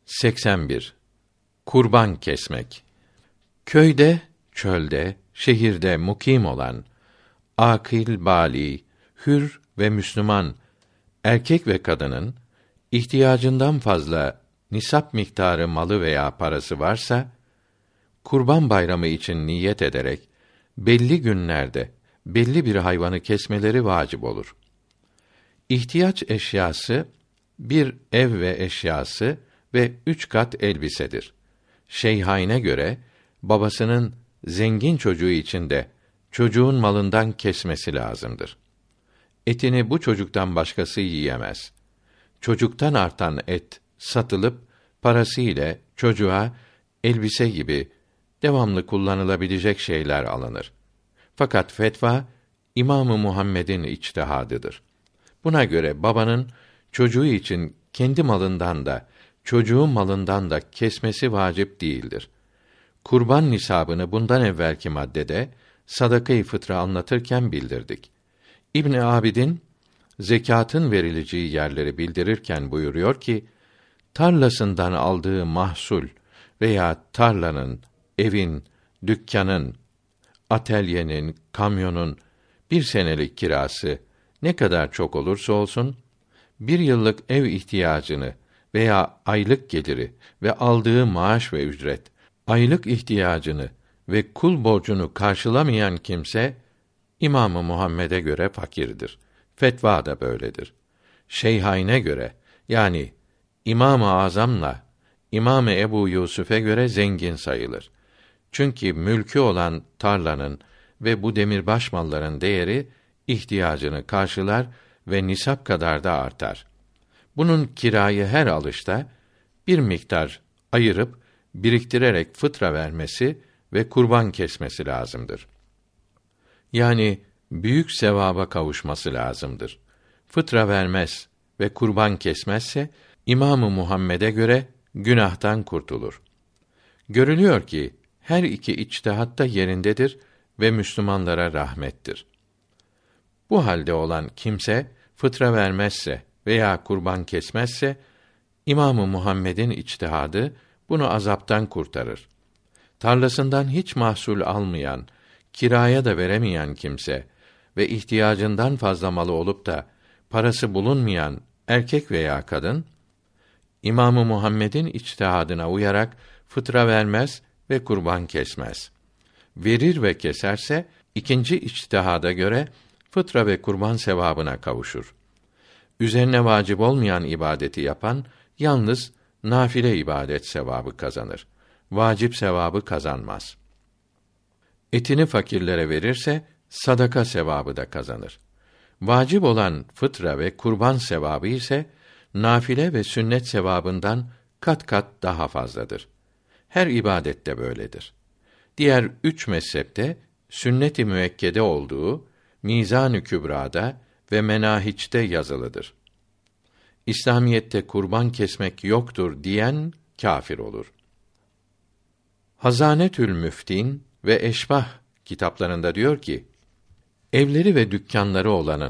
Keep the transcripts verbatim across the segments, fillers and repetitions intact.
seksen bir. Kurban kesmek. Köyde, çölde, şehirde mukim olan akil, bâli, hür ve Müslüman erkek ve kadının ihtiyacından fazla nisap miktarı malı veya parası varsa, Kurban Bayramı için niyet ederek belli günlerde belli bir hayvanı kesmeleri vacip olur. İhtiyaç eşyası bir ev ve eşyası ve üç kat elbisedir. Şeyhayn'e göre babasının zengin çocuğu için de çocuğun malından kesmesi lazımdır. Etini bu çocuktan başkası yiyemez. Çocuktan artan et satılıp parası ile çocuğa elbise gibi devamlı kullanılabilecek şeyler alınır. Fakat fetva İmam-ı Muhammed'in içtihadıdır. Buna göre babanın çocuğu için kendi malından da çocuğun malından da kesmesi vacip değildir. Kurban nisabını bundan evvelki maddede sadaka-i fıtra anlatırken bildirdik. İbn Abidin zekatın verileceği yerleri bildirirken buyuruyor ki, tarlasından aldığı mahsul veya tarlanın, evin, dükkanın, atelyenin, kamyonun bir senelik kirası ne kadar çok olursa olsun, bir yıllık ev ihtiyacını veya aylık geliri ve aldığı maaş ve ücret, aylık ihtiyacını ve kul borcunu karşılamayan kimse, İmam-ı Muhammed'e göre fakirdir. Fetva da böyledir. Şeyhayn'e göre, yani İmam-ı Azam'la İmam-ı Ebu Yusuf'e göre zengin sayılır. Çünkü mülkü olan tarlanın ve bu demirbaş malların değeri ihtiyacını karşılar ve nisap kadar da artar. Bunun kirayı her alışta bir miktar ayırıp biriktirerek fıtra vermesi ve kurban kesmesi lazımdır. Yani büyük sevaba kavuşması lazımdır. Fıtra vermez ve kurban kesmezse İmam-ı Muhammed'e göre günahtan kurtulur. Görülüyor ki her iki içtihat da yerindedir ve Müslümanlara rahmettir. Bu halde olan kimse fıtra vermezse veya kurban kesmezse İmam-ı Muhammed'in içtihadı bunu azaptan kurtarır. Tarlasından hiç mahsul almayan, kiraya da veremeyen kimse ve ihtiyacından fazla malı olup da parası bulunmayan erkek veya kadın, İmam-ı Muhammed'in içtihadına uyarak fıtra vermez ve kurban kesmez. Verir ve keserse ikinci içtihada göre fıtra ve kurban sevabına kavuşur. Üzerine vacip olmayan ibadeti yapan yalnız nafile ibadet sevabı kazanır. Vacip sevabı kazanmaz. Etini fakirlere verirse sadaka sevabı da kazanır. Vacip olan fıtra ve kurban sevabı ise nafile ve sünnet sevabından kat kat daha fazladır. Her ibadette böyledir. Diğer üç mezhepte sünnet-i müekkede olduğu Mizan-ı Kübra'da ve Menahiç'te yazılıdır. İslamiyette kurban kesmek yoktur diyen kâfir olur. Hazanetül Müftin ve Eşbah kitaplarında diyor ki, evleri ve dükkanları olanın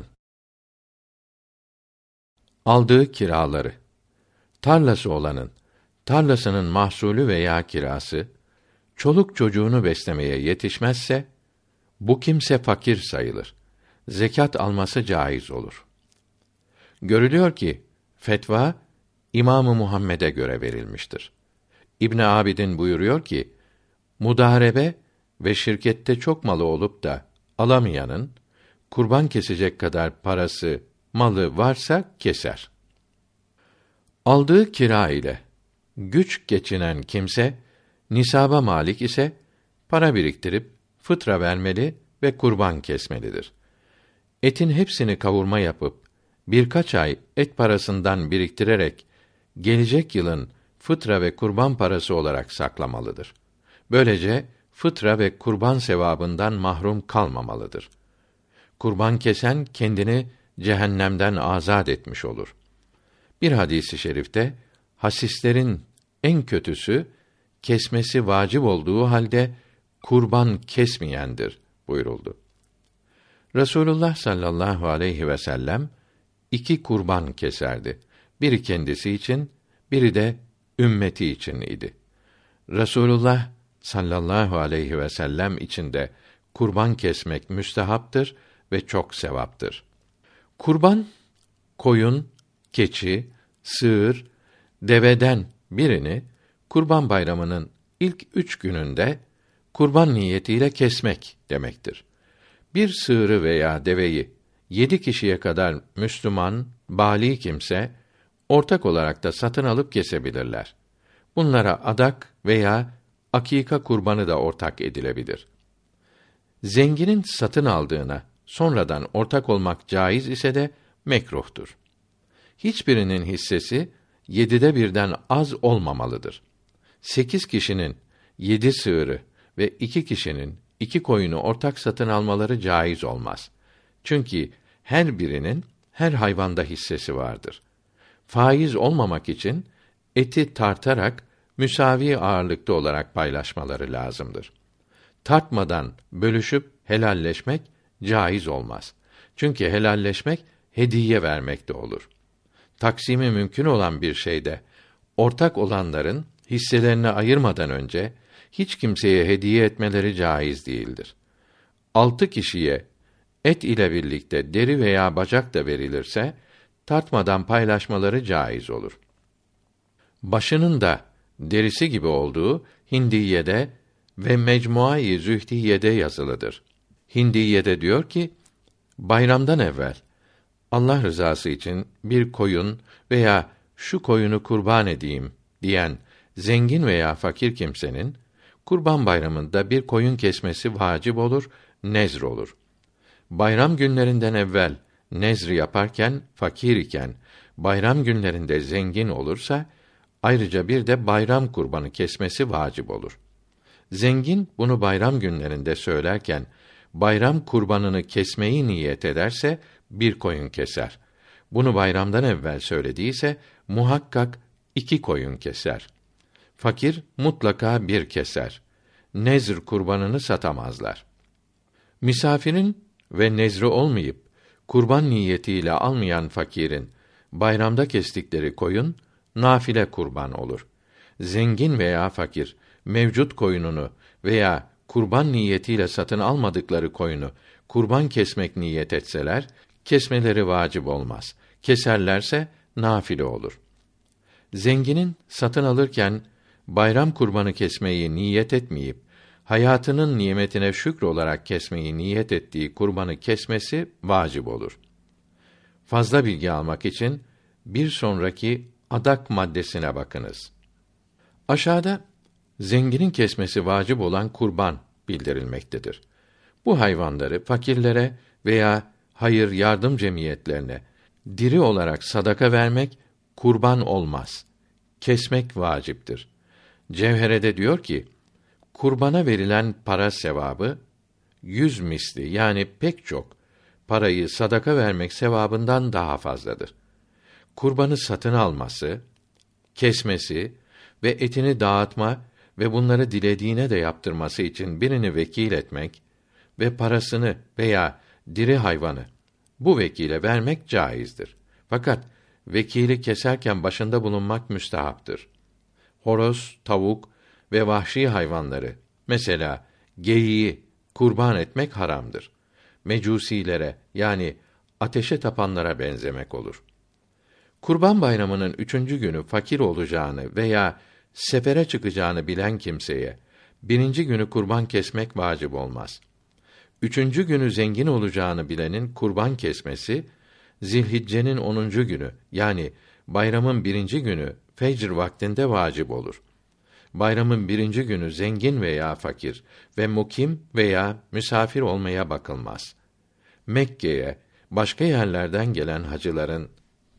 aldığı kiraları, tarlası olanın tarlasının mahsulü veya kirası, çoluk çocuğunu beslemeye yetişmezse, bu kimse fakir sayılır. Zekat alması caiz olur. Görülüyor ki, fetva, İmam-ı Muhammed'e göre verilmiştir. İbn Abidin buyuruyor ki, mudarebe ve şirkette çok malı olup da alamayanın, kurban kesecek kadar parası, malı varsa keser. Aldığı kira ile güç geçinen kimse, nisaba malik ise, para biriktirip fıtra vermeli ve kurban kesmelidir. Etin hepsini kavurma yapıp, birkaç ay et parasından biriktirerek, gelecek yılın fıtra ve kurban parası olarak saklamalıdır. Böylece, fıtra ve kurban sevabından mahrum kalmamalıdır. Kurban kesen, kendini cehennemden azad etmiş olur. Bir hadis-i şerifte, hasislerin en kötüsü, kesmesi vacip olduğu halde, kurban kesmeyendir buyuruldu. Resulullah sallallahu aleyhi ve sellem iki kurban keserdi. Biri kendisi için, biri de ümmeti için idi. Resulullah sallallahu aleyhi ve sellem için de kurban kesmek müstehaptır ve çok sevaptır. Kurban, koyun, keçi, sığır, deveden birini Kurban Bayramı'nın ilk üç gününde kurban niyetiyle kesmek demektir. Bir sığırı veya deveyi yedi kişiye kadar Müslüman, bâli kimse ortak olarak da satın alıp kesebilirler. Bunlara adak veya akika kurbanı da ortak edilebilir. Zenginin satın aldığına sonradan ortak olmak caiz ise de mekruhtur. Hiçbirinin hissesi yedide birden az olmamalıdır. Sekiz kişinin yedi sığırı ve iki kişinin iki koyunu ortak satın almaları caiz olmaz. Çünkü her birinin her hayvanda hissesi vardır. Faiz olmamak için eti tartarak müsavi ağırlıkta olarak paylaşmaları lazımdır. Tartmadan bölüşüp helalleşmek caiz olmaz. Çünkü helalleşmek hediye vermek de olur. Taksimi mümkün olan bir şeyde ortak olanların hisselerini ayırmadan önce hiç kimseye hediye etmeleri caiz değildir. Altı kişiye et ile birlikte deri veya bacak da verilirse tartmadan paylaşmaları caiz olur. Başının da derisi gibi olduğu Hindiye'de ve Mecmua-i Zühdiye'de yazılıdır. Hindiye'de diyor ki, bayramdan evvel Allah rızası için bir koyun veya şu koyunu kurban edeyim diyen zengin veya fakir kimsenin Kurban Bayramı'nda bir koyun kesmesi vacip olur, nezr olur. Bayram günlerinden evvel nezr yaparken fakir iken bayram günlerinde zengin olursa ayrıca bir de bayram kurbanı kesmesi vacip olur. Zengin bunu bayram günlerinde söylerken bayram kurbanını kesmeyi niyet ederse bir koyun keser. Bunu bayramdan evvel söylediyse muhakkak iki koyun keser. Fakir mutlaka bir keser. Nezr kurbanını satamazlar. Misafirin ve nezri olmayıp kurban niyetiyle almayan fakirin bayramda kestikleri koyun nafile kurban olur. Zengin veya fakir mevcut koyununu veya kurban niyetiyle satın almadıkları koyunu kurban kesmek niyet etseler kesmeleri vacip olmaz. Keserlerse nafile olur. Zenginin satın alırken bayram kurbanı kesmeyi niyet etmeyip hayatının nimetine şükür olarak kesmeyi niyet ettiği kurbanı kesmesi vacip olur. Fazla bilgi almak için bir sonraki adak maddesine bakınız. Aşağıda zenginin kesmesi vacip olan kurban bildirilmektedir. Bu hayvanları fakirlere veya hayır yardım cemiyetlerine diri olarak sadaka vermek kurban olmaz. Kesmek vaciptir. Cevhere'de diyor ki, kurbana verilen para sevabı yüz misli yani pek çok parayı sadaka vermek sevabından daha fazladır. Kurbanı satın alması, kesmesi ve etini dağıtma ve bunları dilediğine de yaptırması için birini vekil etmek ve parasını veya diri hayvanı bu vekile vermek caizdir. Fakat vekili keserken başında bulunmak müstehaptır. Horoz, tavuk ve vahşi hayvanları, mesela geyiği kurban etmek haramdır. Mecusilere yani ateşe tapanlara benzemek olur. Kurban Bayramı'nın üçüncü günü fakir olacağını veya sefere çıkacağını bilen kimseye birinci günü kurban kesmek vacip olmaz. Üçüncü günü zengin olacağını bilenin kurban kesmesi Zilhicce'nin onuncu günü yani bayramın birinci günü fecr vaktinde vacip olur. Bayramın birinci günü zengin veya fakir ve mukim veya misafir olmaya bakılmaz. Mekke'ye başka yerlerden gelen hacıların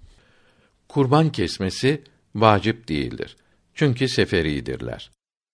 kurban kesmesi vacip değildir. Çünkü seferidirler.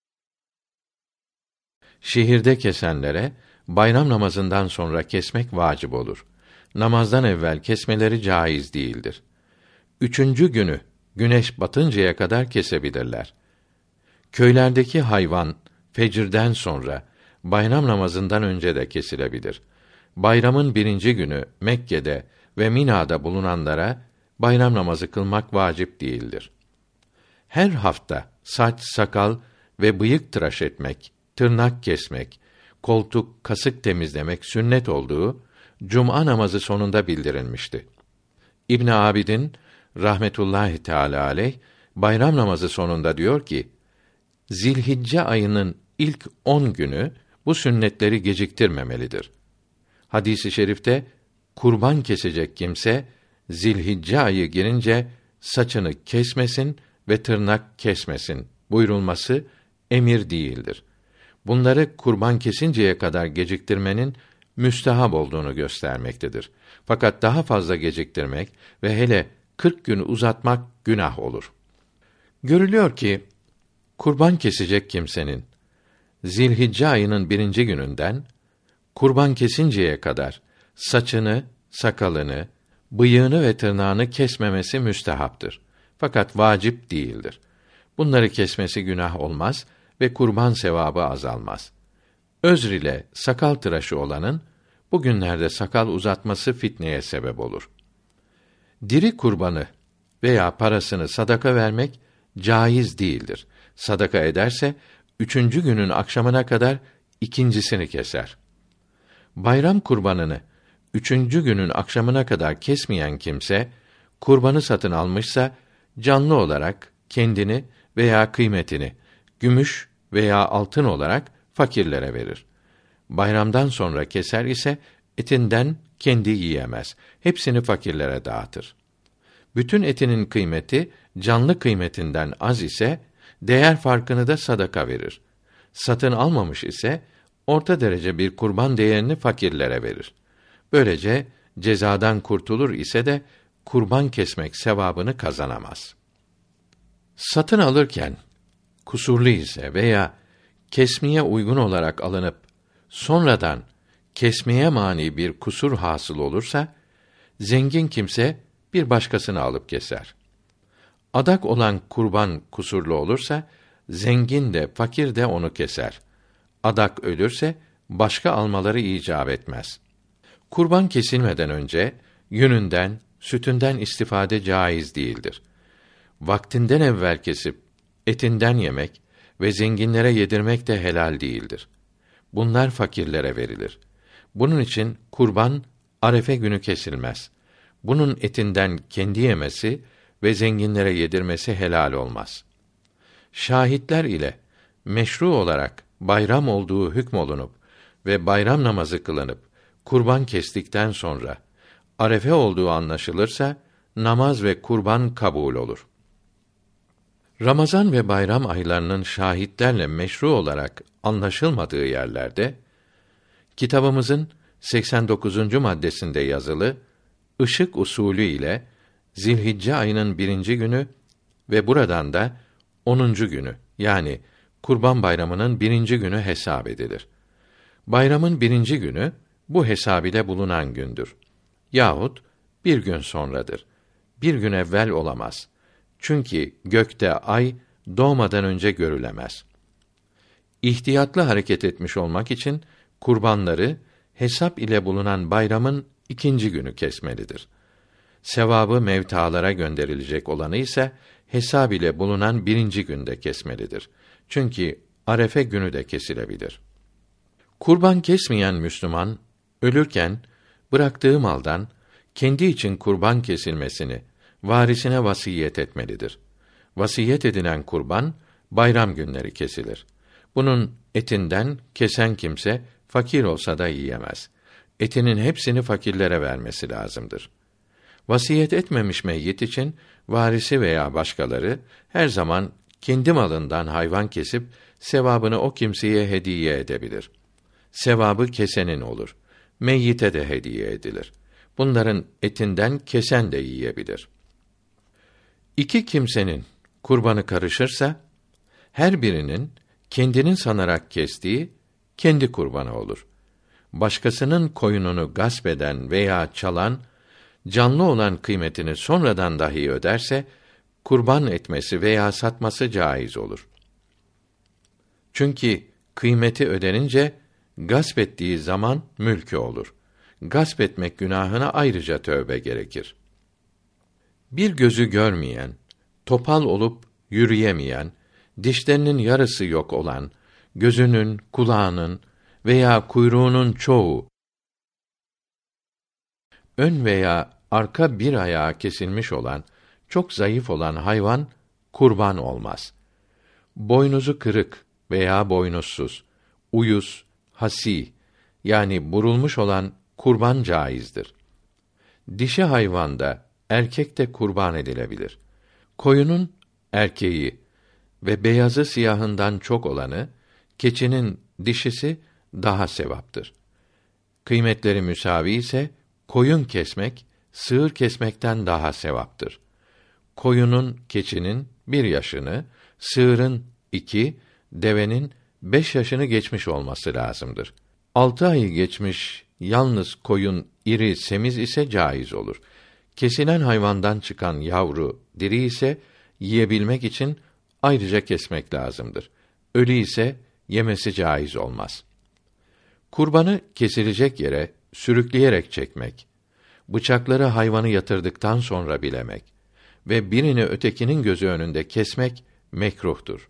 Şehirde kesenlere bayram namazından sonra kesmek vacip olur. Namazdan evvel kesmeleri caiz değildir. Üçüncü günü güneş batıncaya kadar kesebilirler. Köylerdeki hayvan fecirden sonra bayram namazından önce de kesilebilir. Bayramın birinci günü Mekke'de ve Mina'da bulunanlara bayram namazı kılmak vacip değildir. her hafta saç, sakal ve bıyık tıraş etmek, tırnak kesmek, koltuk, kasık temizlemek sünnet olduğu cuma namazı sonunda bildirilmişti. İbn Abidin rahmetullahi teala aleyh bayram namazı sonunda diyor ki: Zilhicce ayının ilk on günü bu sünnetleri geciktirmemelidir. Hadis-i şerifte kurban kesecek kimse Zilhicce ayı girince saçını kesmesin ve tırnak kesmesin buyurulması emir değildir. Bunları kurban kesinceye kadar geciktirmenin müstehab olduğunu göstermektedir. Fakat daha fazla geciktirmek ve hele kırk gün uzatmak günah olur. Görülüyor ki kurban kesecek kimsenin Zilhicce ayının birinci gününden kurban kesinceye kadar saçını, sakalını, bıyığını ve tırnağını kesmemesi müstehaptır. Fakat vacip değildir. Bunları kesmesi günah olmaz ve kurban sevabı azalmaz. Özr ile sakal tıraşı olanın bugünlerde sakal uzatması fitneye sebep olur. Diri kurbanı veya parasını sadaka vermek caiz değildir. Sadaka ederse üçüncü günün akşamına kadar ikincisini keser. Bayram kurbanını üçüncü günün akşamına kadar kesmeyen kimse kurbanı satın almışsa canlı olarak kendini veya kıymetini gümüş veya altın olarak fakirlere verir. Bayramdan sonra keser ise etinden kendi yiyemez. Hepsini fakirlere dağıtır. Bütün etinin kıymeti canlı kıymetinden az ise değer farkını da sadaka verir. Satın almamış ise orta derece bir kurban değerini fakirlere verir. Böylece cezadan kurtulur ise de kurban kesmek sevabını kazanamaz. Satın alırken kusurlu ise veya kesmeye uygun olarak alınıp sonradan kesmeye mani bir kusur hasıl olursa zengin kimse bir başkasını alıp keser. Adak olan kurban kusurlu olursa zengin de fakir de onu keser. Adak ölürse başka almaları icap etmez. Kurban kesilmeden önce yününden, sütünden istifade caiz değildir. Vaktinden evvel kesip etinden yemek ve zenginlere yedirmek de helal değildir. Bunlar fakirlere verilir. Bunun için kurban Arefe günü kesilmez. Bunun etinden kendi yemesi ve zenginlere yedirmesi helal olmaz. Şahitler ile meşru olarak bayram olduğu hükmolunup ve bayram namazı kılınıp kurban kestikten sonra Arefe olduğu anlaşılırsa namaz ve kurban kabul olur. Ramazan ve bayram aylarının şahitlerle meşru olarak anlaşılmadığı yerlerde kitabımızın seksen dokuzuncu maddesinde yazılı ışık usulü ile Zilhicce ayının birinci günü ve buradan da onuncu günü yani Kurban Bayramı'nın birinci günü hesap edilir. Bayramın birinci günü bu hesab ile bulunan gündür. Yahut bir gün sonradır. Bir gün evvel olamaz. Çünkü gökte ay doğmadan önce görülemez. İhtiyatlı hareket etmiş olmak için kurbanları hesap ile bulunan bayramın ikinci günü kesmelidir. Sevabı mevtaalara gönderilecek olanı ise hesab ile bulunan birinci günde kesmelidir. Çünkü Arefe günü de kesilebilir. Kurban kesmeyen Müslüman ölürken bıraktığı maldan kendi için kurban kesilmesini varisine vasiyet etmelidir. Vasiyet edilen kurban bayram günleri kesilir. Bunun etinden kesen kimse fakir olsa da yiyemez. Etinin hepsini fakirlere vermesi lazımdır. Vasiyet etmemiş meyyit için varisi veya başkaları her zaman kendi malından hayvan kesip sevabını o kimseye hediye edebilir. Sevabı kesenin olur. Meyyite de hediye edilir. Bunların etinden kesen de yiyebilir. İki kimsenin kurbanı karışırsa her birinin kendinin sanarak kestiği kendi kurbanı olur. Başkasının koyununu gasp eden veya çalan canlı olan kıymetini sonradan dahi öderse kurban etmesi veya satması caiz olur. Çünkü kıymeti ödenince gasp ettiği zaman mülkü olur. Gasp etmek günahına ayrıca tövbe gerekir. Bir gözü görmeyen, topal olup yürüyemeyen, dişlerinin yarısı yok olan, gözünün, kulağının veya kuyruğunun çoğu ön veya arka bir ayağı kesilmiş olan, çok zayıf olan hayvan kurban olmaz. Boynuzu kırık veya boynuzsuz, uyuz, hasi yani burulmuş olan kurban caizdir. Dişi hayvanda erkek de kurban edilebilir. Koyunun erkeği ve beyazı siyahından çok olanı, keçinin dişisi daha sevaptır. Kıymetleri müsavi ise koyun kesmek, sığır kesmekten daha sevaptır. Koyunun, keçinin bir yaşını, sığırın iki, devenin beş yaşını geçmiş olması lazımdır. Altı ayı geçmiş yalnız koyun iri semiz ise caiz olur. Kesilen hayvandan çıkan yavru diri ise yiyebilmek için ayrıca kesmek lazımdır. Ölü ise yemesi caiz olmaz. Kurbanı kesilecek yere sürükleyerek çekmek, bıçakları hayvanı yatırdıktan sonra bilemek ve birini ötekinin gözü önünde kesmek mekruhtur.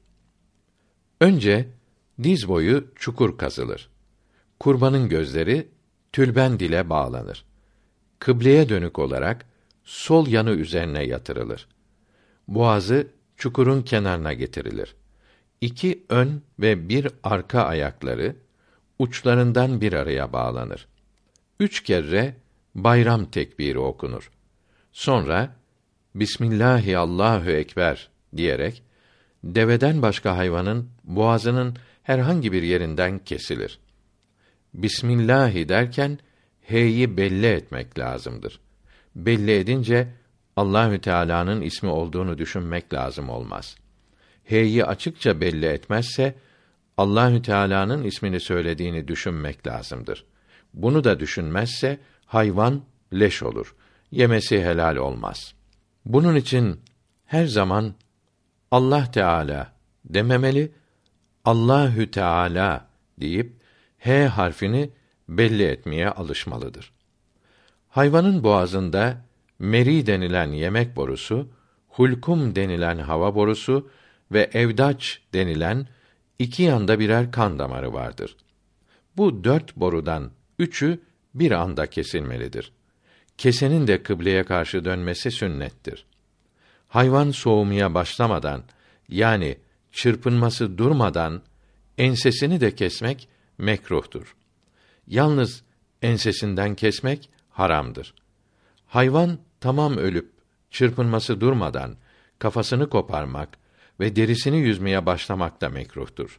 Önce diz boyu çukur kazılır. Kurbanın gözleri tülbent ile bağlanır. Kıbleye dönük olarak sol yanı üzerine yatırılır. Boğazı çukurun kenarına getirilir. İki ön ve bir arka ayakları uçlarından bir araya bağlanır. Üç kere bayram tekbiri okunur. Sonra Bismillahi Allahu ekber diyerek deveden başka hayvanın boğazının herhangi bir yerinden kesilir. Bismillahi derken h'yi belli etmek lazımdır. Belli edince Allahü Teala'nın ismi olduğunu düşünmek lazım olmaz. H'yi açıkça belli etmezse Allahü Teala'nın ismini söylediğini düşünmek lazımdır. Bunu da düşünmezse hayvan leş olur. Yemesi helal olmaz. Bunun için her zaman Allah Teala dememeli, Allahü Teala deyip H harfini belli etmeye alışmalıdır. Hayvanın boğazında meri denilen yemek borusu, hulkum denilen hava borusu ve evdaç denilen iki yanda birer kan damarı vardır. Bu dört borudan üçü bir anda kesilmelidir. Kesenin de kıbleye karşı dönmesi sünnettir. Hayvan soğumaya başlamadan, yani çırpınması durmadan ensesini de kesmek mekruhtur. Yalnız ensesinden kesmek haramdır. Hayvan tamam ölüp çırpınması durmadan kafasını koparmak ve derisini yüzmeye başlamak da mekruhtur.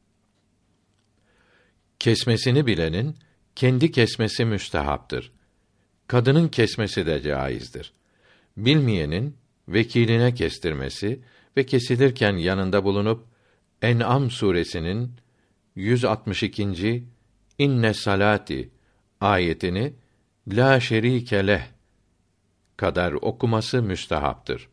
Kesmesini bilenin kendi kesmesi müstehaptır. Kadının kesmesi de caizdir. Bilmeyenin vekiline kestirmesi ve kesilirken yanında bulunup En'am suresinin yüz altmış ikinci İnne salati ayetini la şerike leh kadar okuması müstehaptır.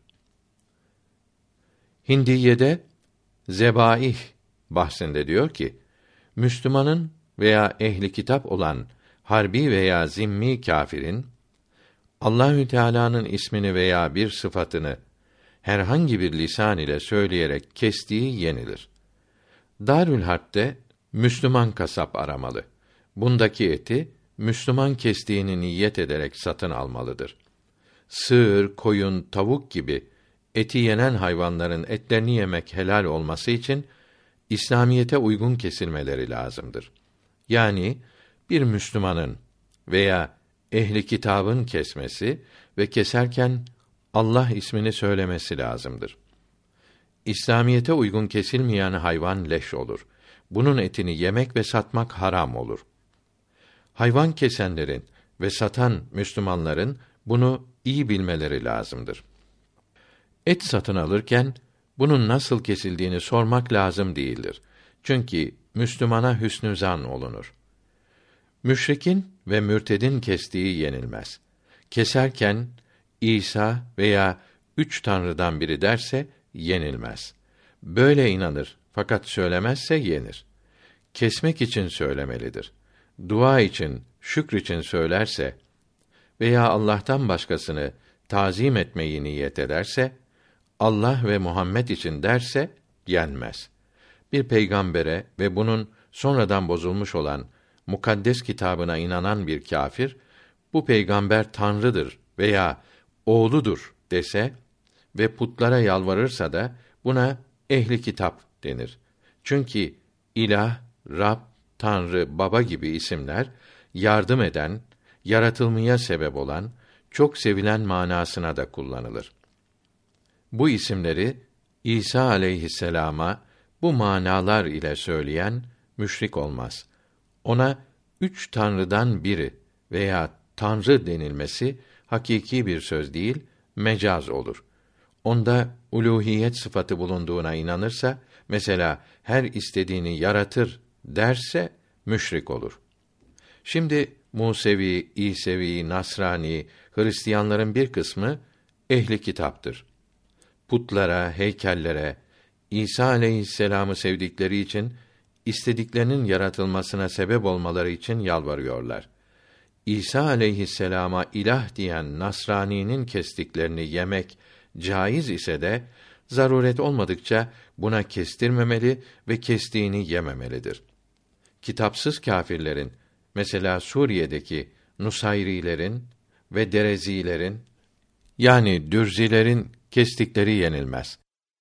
Hindiye'de zebaih bahsinde diyor ki, Müslümanın veya ehli kitap olan harbi veya zimmi kâfirin Allahü Teala'nın ismini veya bir sıfatını herhangi bir lisan ile söyleyerek kestiği yenilir. Darül Harp'te Müslüman kasap aramalı. Bundaki eti Müslüman kestiğini niyet ederek satın almalıdır. Sığır, koyun, tavuk gibi eti yenen hayvanların etlerini yemek helal olması için İslamiyete uygun kesilmeleri lazımdır. Yani bir Müslümanın veya ehli kitabın kesmesi ve keserken Allah ismini söylemesi lazımdır. İslamiyete uygun kesilmeyen hayvan leş olur. Bunun etini yemek ve satmak haram olur. Hayvan kesenlerin ve satan Müslümanların bunu iyi bilmeleri lazımdır. Et satın alırken bunun nasıl kesildiğini sormak lazım değildir. Çünkü Müslümana hüsnü zan olunur. Müşrikin ve mürtedin kestiği yenilmez. Keserken İsa veya üç tanrıdan biri derse yenilmez. Böyle inanır fakat söylemezse yenir. Kesmek için söylemelidir. Dua için, şükür için söylerse veya Allah'tan başkasını tazim etmeyi niyet ederse Allah ve Muhammed için derse yenmez. Bir peygambere ve bunun sonradan bozulmuş olan mukaddes kitabına inanan bir kâfir, bu peygamber Tanrı'dır veya oğludur dese ve putlara yalvarırsa da buna ehli kitap denir. Çünkü ilah, Rab, Tanrı, Baba gibi isimler yardım eden, yaratılmaya sebep olan, çok sevilen manasına da kullanılır. Bu isimleri İsa aleyhisselama bu manalar ile söyleyen müşrik olmaz. Ona üç tanrıdan biri veya Tanrı denilmesi hakiki bir söz değil, mecaz olur. Onda uluhiyet sıfatı bulunduğuna inanırsa, mesela her istediğini yaratır derse müşrik olur. Şimdi Musevi, İsevi, Nasrani, Hristiyanların bir kısmı ehli kitaptır. Putlara, heykellere, İsa aleyhisselam'ı sevdikleri için, istediklerinin yaratılmasına sebep olmaları için yalvarıyorlar. İsa aleyhisselama ilah diyen Nasrani'nin kestiklerini yemek caiz ise de, zaruret olmadıkça buna kestirmemeli ve kestiğini yememelidir. Kitapsız kâfirlerin, mesela Suriye'deki Nusayrilerin ve Derezilerin, yani Dürzilerin kestikleri yenilmez.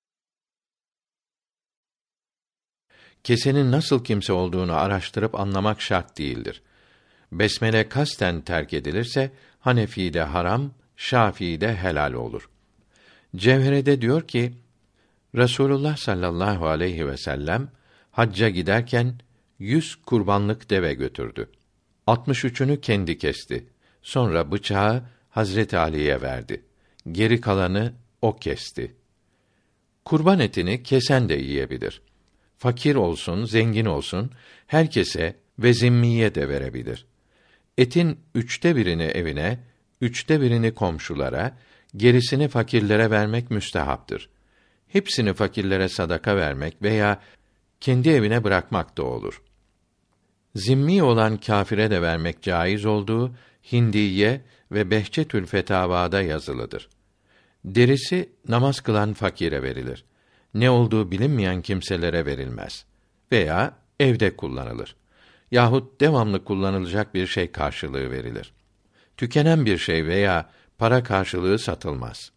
Kesenin nasıl kimse olduğunu araştırıp anlamak şart değildir. Besmele kasten terk edilirse, Hanefi'de haram, Şafii'de helal olur. Cevhere'de diyor ki, Resulullah sallallahu aleyhi ve sellem, hacca giderken, yüz kurbanlık deve götürdü. Altmış üçünü kendi kesti. Sonra bıçağı Hazreti Ali'ye verdi. Geri kalanı o kesti. Kurban etini kesen de yiyebilir. Fakir olsun, zengin olsun, herkese ve zimmiye de verebilir. Etin üçte birini evine, üçte birini komşulara, gerisini fakirlere vermek müstehaptır. Hepsini fakirlere sadaka vermek veya kendi evine bırakmak da olur. Zimmi olan kâfire de vermek caiz olduğu Hindiye ve Behçetül Fetavâ'da yazılıdır. Derisi namaz kılan fakire verilir. Ne olduğu bilinmeyen kimselere verilmez veya evde kullanılır. Yahut devamlı kullanılacak bir şey karşılığı verilir. Tükenen bir şey veya para karşılığı satılmaz.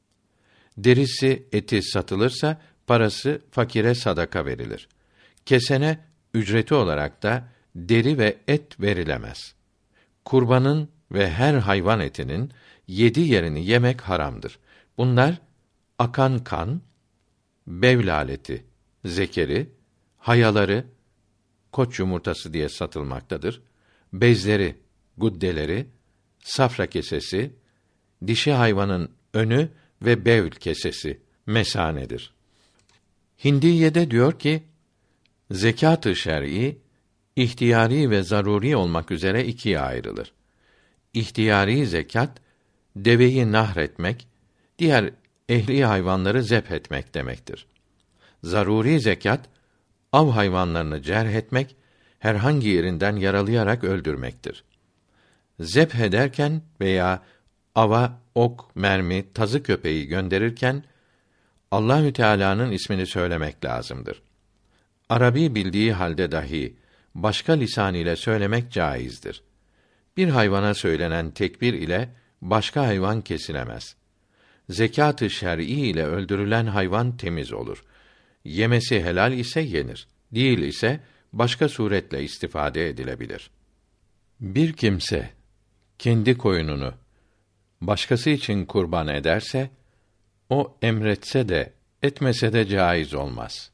Derisi, eti satılırsa parası fakire sadaka verilir. Kesene ücreti olarak da deri ve et verilemez. Kurbanın ve her hayvan etinin yedi yerini yemek haramdır. Bunlar akan kan, bevl aleti, zekeri, hayaları, koç yumurtası diye satılmaktadır. Bezleri, guddeleri, safra kesesi, dişi hayvanın önü ve bevl kesesi mesanedir. Hindiye'de diyor ki, zekât-ı şer'i ihtiyari ve zaruri olmak üzere ikiye ayrılır. İhtiyari zekat, deveyi nahretmek, diğer ehli hayvanları zebh etmek demektir. Zaruri zekat, av hayvanlarını cerh etmek, herhangi yerinden yaralayarak öldürmektir. Zebh ederken veya ava ok, mermi, tazı köpeği gönderirken Allahü Teala'nın ismini söylemek lazımdır. Arabi bildiği halde dahi başka lisan ile söylemek caizdir. Bir hayvana söylenen tekbir ile başka hayvan kesilemez. Zekât-ı şer'i ile öldürülen hayvan temiz olur. Yemesi helal ise yenir. Değil ise başka suretle istifade edilebilir. Bir kimse kendi koyununu başkası için kurban ederse, o emretse de etmese de caiz olmaz.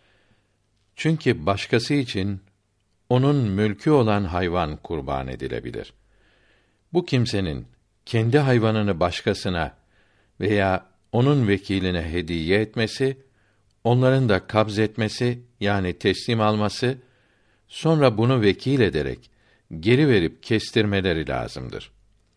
Çünkü başkası için onun mülkü olan hayvan kurban edilebilir. Bu kimsenin kendi hayvanını başkasına veya onun vekiline hediye etmesi, onların da kabz etmesi yani teslim alması, sonra bunu vekil ederek geri verip kestirmeleri lazımdır.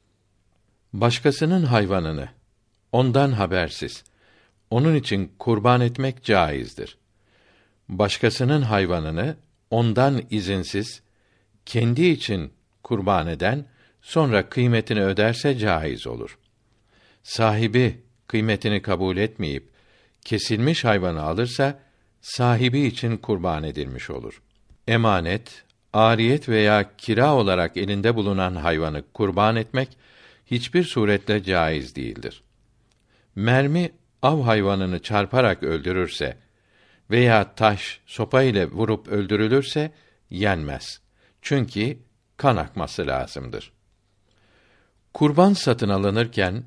Başkasının hayvanını ondan habersiz onun için kurban etmek caizdir. Başkasının hayvanını ondan izinsiz kendi için kurban eden sonra kıymetini öderse caiz olur. Sahibi kıymetini kabul etmeyip kesilmiş hayvanı alırsa, sahibi için kurban edilmiş olur. Emanet, ariyet veya kira olarak elinde bulunan hayvanı kurban etmek, hiçbir suretle caiz değildir. Mermi, av hayvanını çarparak öldürürse veya taş, sopa ile vurup öldürülürse, yenmez. Çünkü kan akması lazımdır. Kurban satın alınırken,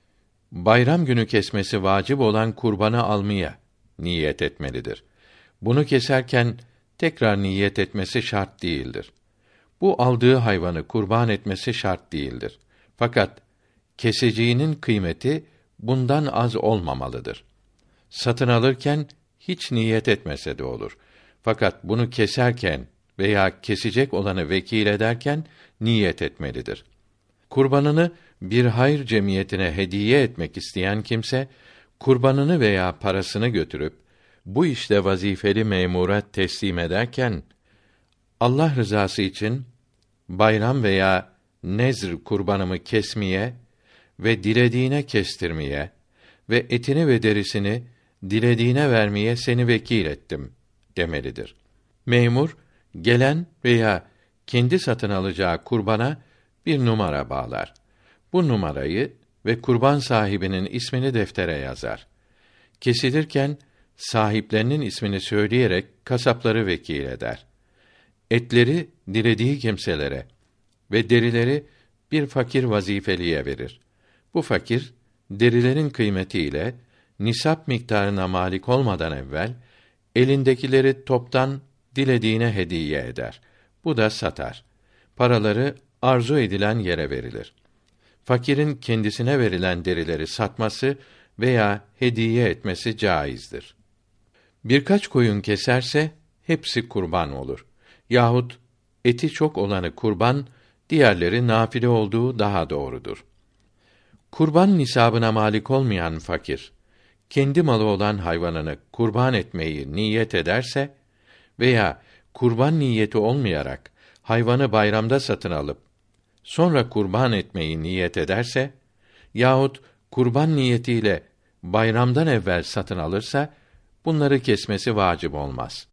bayram günü kesmesi vacip olan kurbanı almaya niyet etmelidir. Bunu keserken, tekrar niyet etmesi şart değildir. Bu aldığı hayvanı kurban etmesi şart değildir. Fakat, keseceğinin kıymeti, bundan az olmamalıdır. Satın alırken, hiç niyet etmese de olur. Fakat bunu keserken veya kesecek olanı vekil ederken, niyet etmelidir. Kurbanını bir hayır cemiyetine hediye etmek isteyen kimse, kurbanını veya parasını götürüp, bu işte vazifeli memura teslim ederken, Allah rızası için, bayram veya nezr kurbanımı kesmeye ve dilediğine kestirmeye ve etini ve derisini dilediğine vermeye seni vekil ettim demelidir. Memur, gelen veya kendi satın alacağı kurbana bir numara bağlar. Bu numarayı ve kurban sahibinin ismini deftere yazar. Kesilirken, sahiplerinin ismini söyleyerek kasapları vekil eder. Etleri dilediği kimselere ve derileri bir fakir vazifeliye verir. Bu fakir, derilerin kıymetiyle nisap miktarına malik olmadan evvel, elindekileri toptan dilediğine hediye eder. Bu da satar. Paraları arzu edilen yere verilir. Fakirin kendisine verilen derileri satması veya hediye etmesi caizdir. Birkaç koyun keserse, hepsi kurban olur. Yahut eti çok olanı kurban, diğerleri nafile olduğu daha doğrudur. Kurban nisabına malik olmayan fakir, kendi malı olan hayvanını kurban etmeyi niyet ederse veya kurban niyeti olmayarak hayvanı bayramda satın alıp sonra kurban etmeyi niyet ederse yahut kurban niyetiyle bayramdan evvel satın alırsa, bunları kesmesi vacip olmaz.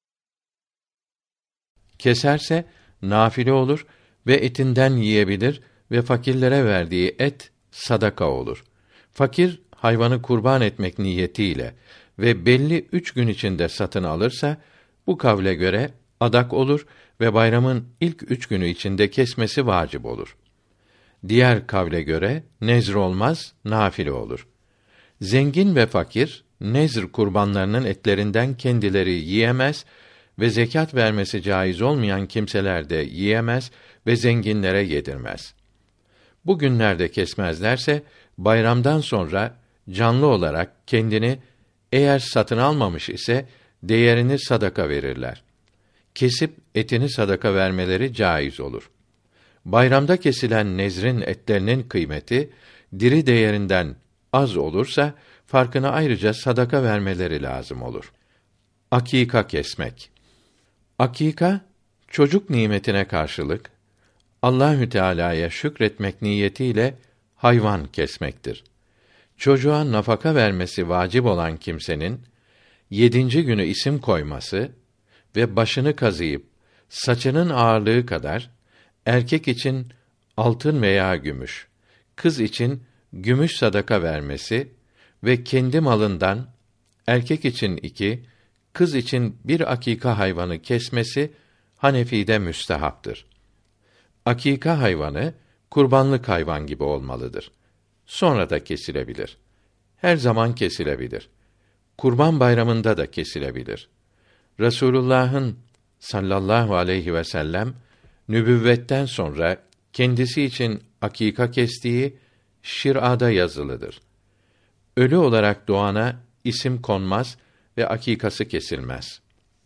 Keserse nafile olur ve etinden yiyebilir ve fakirlere verdiği et sadaka olur. Fakir hayvanı kurban etmek niyetiyle ve belli üç gün içinde satın alırsa, bu kavle göre adak olur ve bayramın ilk üç günü içinde kesmesi vacip olur. Diğer kavle göre nezr olmaz, nafile olur. Zengin ve fakir, nezr kurbanlarının etlerinden kendileri yiyemez ve zekat vermesi caiz olmayan kimseler de yiyemez ve zenginlere yedirmez. Bu günlerde kesmezlerse, bayramdan sonra canlı olarak kendini, eğer satın almamış ise değerini sadaka verirler. Kesip etini sadaka vermeleri caiz olur. Bayramda kesilen nezrin etlerinin kıymeti diri değerinden az olursa farkını ayrıca sadaka vermeleri lazım olur. Akika kesmek. Akika, çocuk nimetine karşılık Allahü Teala'ya şükretmek niyetiyle hayvan kesmektir. Çocuğa nafaka vermesi vacip olan kimsenin yedinci günü isim koyması ve başını kazıyıp saçının ağırlığı kadar, erkek için altın veya gümüş, kız için gümüş sadaka vermesi ve kendi malından erkek için iki, kız için bir akika hayvanı kesmesi Hanefi'de müstehaptır. Akika hayvanı kurbanlık hayvan gibi olmalıdır. Sonra da kesilebilir. Her zaman kesilebilir. Kurban bayramında da kesilebilir. Resulullah'ın sallallahu aleyhi ve sellem nübüvvetten sonra kendisi için akika kestiği şir'ada yazılıdır. Ölü olarak doğana isim konmaz ve akikası kesilmez.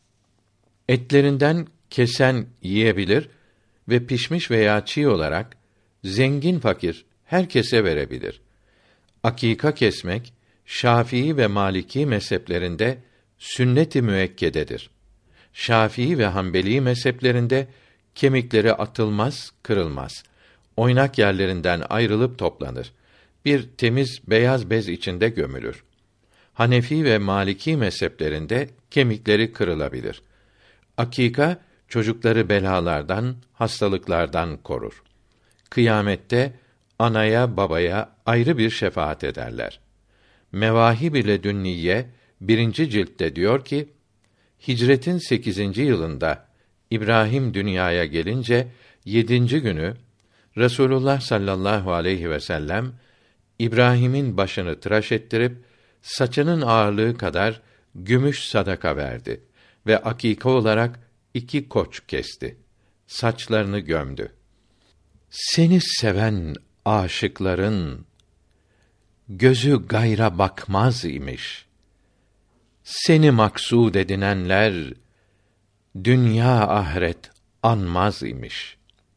Etlerinden kesen yiyebilir ve pişmiş veya çiğ olarak zengin fakir herkese verebilir. Akika kesmek Şafii ve Maliki mezheplerinde sünnet-i müekkededir. Şafii ve Hanbeli mezheplerinde kemikleri atılmaz, kırılmaz. Oynak yerlerinden ayrılıp toplanır. Bir temiz beyaz bez içinde gömülür. Hanefi ve Maliki mezheplerinde kemikleri kırılabilir. Akika çocukları belalardan, hastalıklardan korur. Kıyamette anaya babaya ayrı bir şefaat ederler. Mevahib ile Dünniye birinci ciltte diyor ki, Hicretin sekizinci yılında İbrahim dünyaya gelince yedinci günü Resulullah sallallahu aleyhi ve sellem İbrahim'in başını tıraş ettirip saçının ağırlığı kadar gümüş sadaka verdi ve akika olarak iki koç kesti. Saçlarını gömdü. Seni seven aşıkların gözü gayra bakmaz imiş. Seni maksud edinenler dünya ahiret anmaz imiş.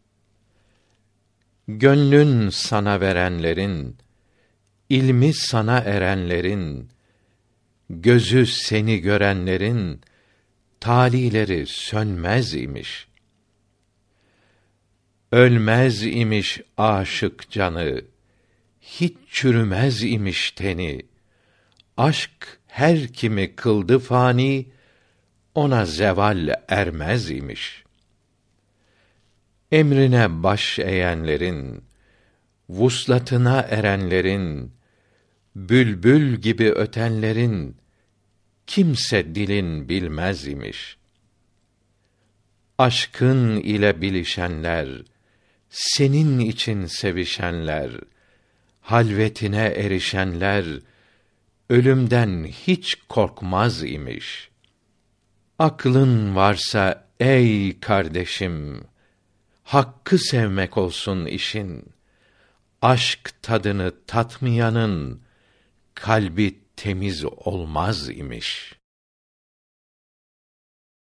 Gönlün sana verenlerin, ilmi sana erenlerin, gözü seni görenlerin talileri sönmez imiş. Ölmez imiş aşık canı, hiç çürümez imiş teni. Aşk her kimi kıldı fani, ona zeval ermez imiş. Emrine baş eğenlerin, vuslatına erenlerin, bülbül gibi ötenlerin kimse dilin bilmez imiş. Aşkın ile bilişenler, senin için sevişenler, halvetine erişenler ölümden hiç korkmaz imiş. Aklın varsa ey kardeşim, hakkı sevmek olsun işin. Aşk tadını tatmayanın kalbi temiz olmaz imiş.